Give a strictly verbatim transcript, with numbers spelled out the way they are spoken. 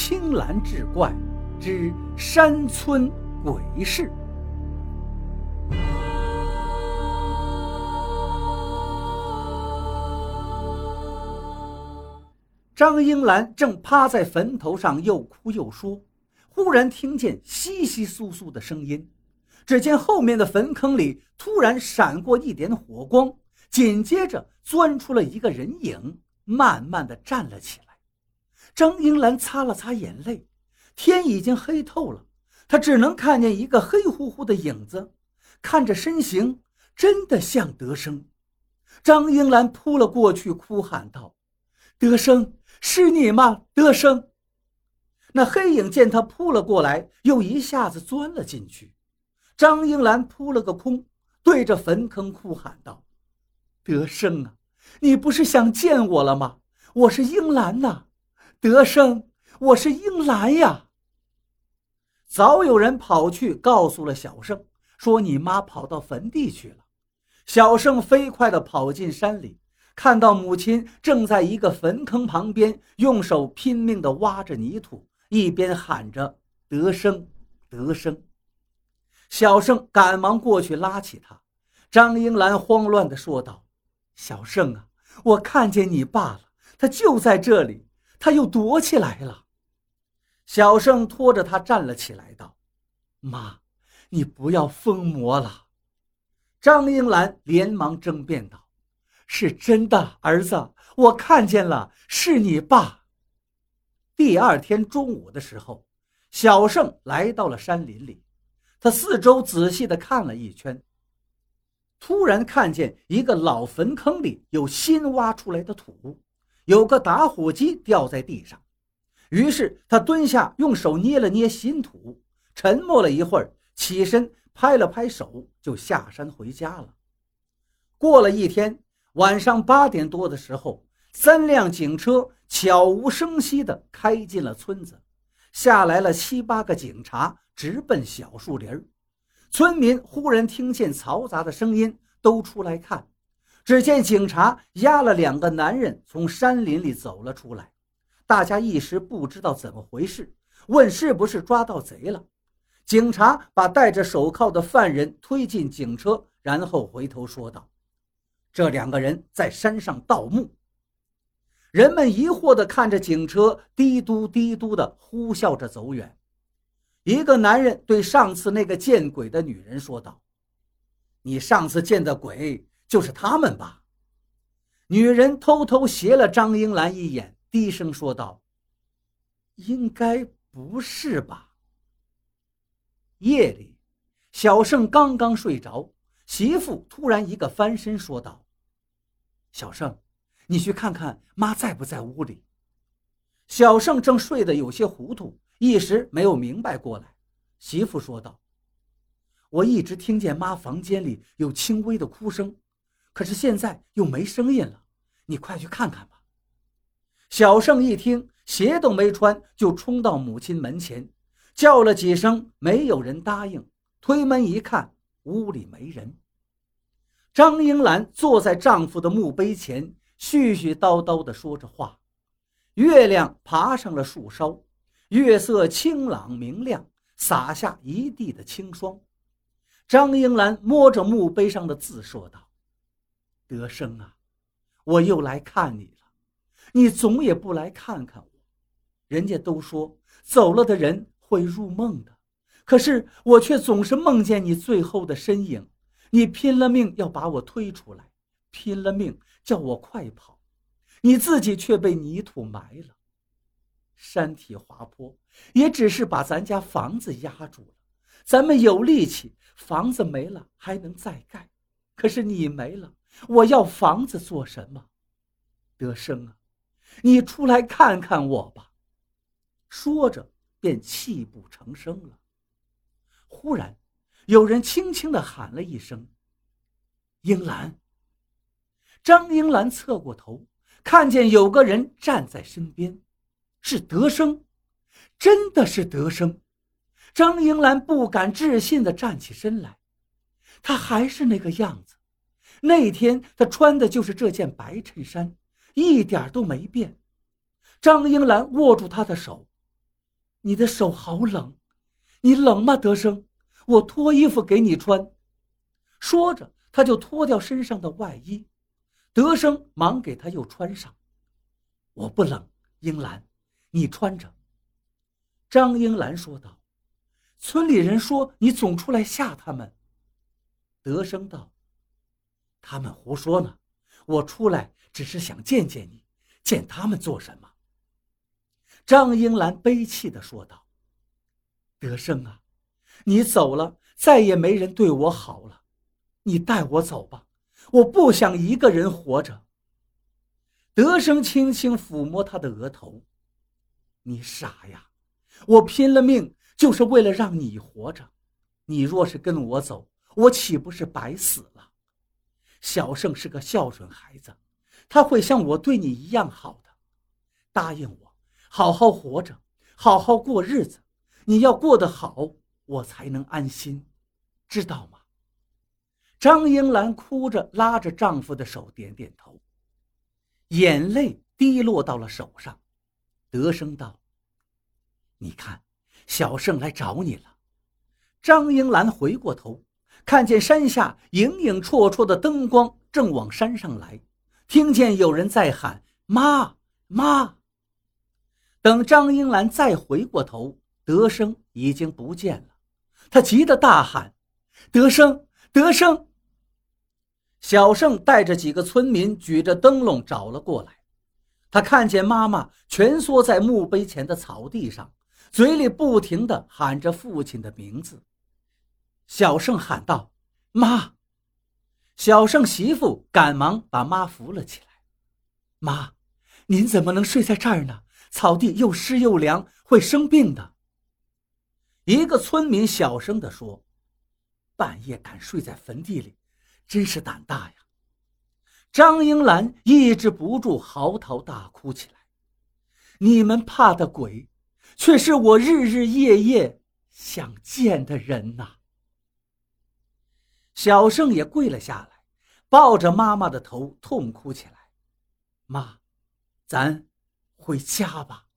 青蓝志怪之山村鬼事。张英兰正趴在坟头上又哭又说，忽然听见窸窸窣窣的声音，只见后面的坟坑里突然闪过一点火光，紧接着钻出了一个人影，慢慢地站了起来。张英兰擦了擦眼泪，天已经黑透了，她只能看见一个黑乎乎的影子，看着身形真的像德生。张英兰扑了过去，哭喊道：德生，是你吗？德生！那黑影见他扑了过来，又一下子钻了进去。张英兰扑了个空，对着坟坑哭喊道：德生啊，你不是想见我了吗？我是英兰呐，德生，我是英兰呀！早有人跑去告诉了小胜，说你妈跑到坟地去了。小胜飞快地跑进山里，看到母亲正在一个坟坑旁边用手拼命地挖着泥土，一边喊着德生，德生。小胜赶忙过去拉起他。张英兰慌乱地说道：小胜啊，我看见你爸了，他就在这里，他又躲起来了。小胜拖着他站了起来道：妈，你不要疯魔了。张英兰连忙争辩道：是真的，儿子，我看见了，是你爸。第二天中午的时候，小胜来到了山林里，他四周仔细地看了一圈，突然看见一个老坟坑里有新挖出来的土，有个打火机掉在地上。于是他蹲下，用手捏了捏新土，沉默了一会儿，起身拍了拍手，就下山回家了。过了一天，晚上八点多的时候，三辆警车悄无声息地开进了村子，下来了七八个警察，直奔小树林。村民忽然听见嘈杂的声音，都出来看，只见警察押了两个男人从山林里走了出来。大家一时不知道怎么回事，问是不是抓到贼了。警察把戴着手铐的犯人推进警车，然后回头说道：这两个人在山上盗墓。人们疑惑地看着警车滴嘟滴嘟地呼啸着走远。一个男人对上次那个见鬼的女人说道：你上次见的鬼就是他们吧？女人偷偷斜了张英兰一眼，低声说道：应该不是吧。夜里，小胜刚刚睡着，媳妇突然一个翻身说道：小胜，你去看看妈在不在屋里。小胜正睡得有些糊涂，一时没有明白过来。媳妇说道：我一直听见妈房间里有轻微的哭声，可是现在又没声音了，你快去看看吧。小胜一听，鞋都没穿，就冲到母亲门前，叫了几声，没有人答应。推门一看，屋里没人。张英兰坐在丈夫的墓碑前，絮絮叨叨地说着话。月亮爬上了树梢，月色清朗明亮，洒下一地的清霜。张英兰摸着墓碑上的字说道：德生啊，我又来看你了，你总也不来看看我。人家都说走了的人会入梦的，可是我却总是梦见你最后的身影。你拼了命要把我推出来，拼了命叫我快跑，你自己却被泥土埋了。山体滑坡，也只是把咱家房子压住了。咱们有力气，房子没了还能再盖，可是你没了，我要房子做什么？德生啊，你出来看看我吧。说着便泣不成声了。忽然有人轻轻地喊了一声：英兰。张英兰侧过头，看见有个人站在身边，是德生，真的是德生。张英兰不敢置信地站起身来，他还是那个样子，那天他穿的就是这件白衬衫，一点都没变。张英兰握住他的手： 你的手好冷，你冷吗，德生？我脱衣服给你穿。说着，他就脱掉身上的外衣。德生忙给他又穿上。我不冷，英兰，你穿着。张英兰说道。村里人说你总出来吓他们。德生道。他们胡说呢，我出来只是想见见你，见他们做什么？张英兰悲泣地说道。德生啊，你走了，再也没人对我好了，你带我走吧，我不想一个人活着。德生轻轻抚摸他的额头。你傻呀，我拼了命就是为了让你活着，你若是跟我走，我岂不是白死了？小胜是个孝顺孩子，他会像我对你一样好的。答应我，好好活着，好好过日子，你要过得好，我才能安心，知道吗？张英兰哭着拉着丈夫的手点点头，眼泪滴落到了手上。德生道。你看，小胜来找你了。张英兰回过头，看见山下影影绰绰的灯光正往山上来，听见有人在喊妈妈。等张英兰再回过头，德生已经不见了。他急得大喊，德生，德生！小胜带着几个村民举着灯笼找了过来。他看见妈妈蜷缩在墓碑前的草地上，嘴里不停地喊着父亲的名字。小胜喊道，妈！小胜媳妇赶忙把妈扶了起来。妈，您怎么能睡在这儿呢？草地又湿又凉，会生病的。一个村民小声地说，半夜敢睡在坟地里，真是胆大呀。张英兰抑制不住嚎啕大哭起来。你们怕的鬼，却是我日日夜夜想见的人呐。小胜也跪了下来，抱着妈妈的头痛哭起来。妈，咱回家吧。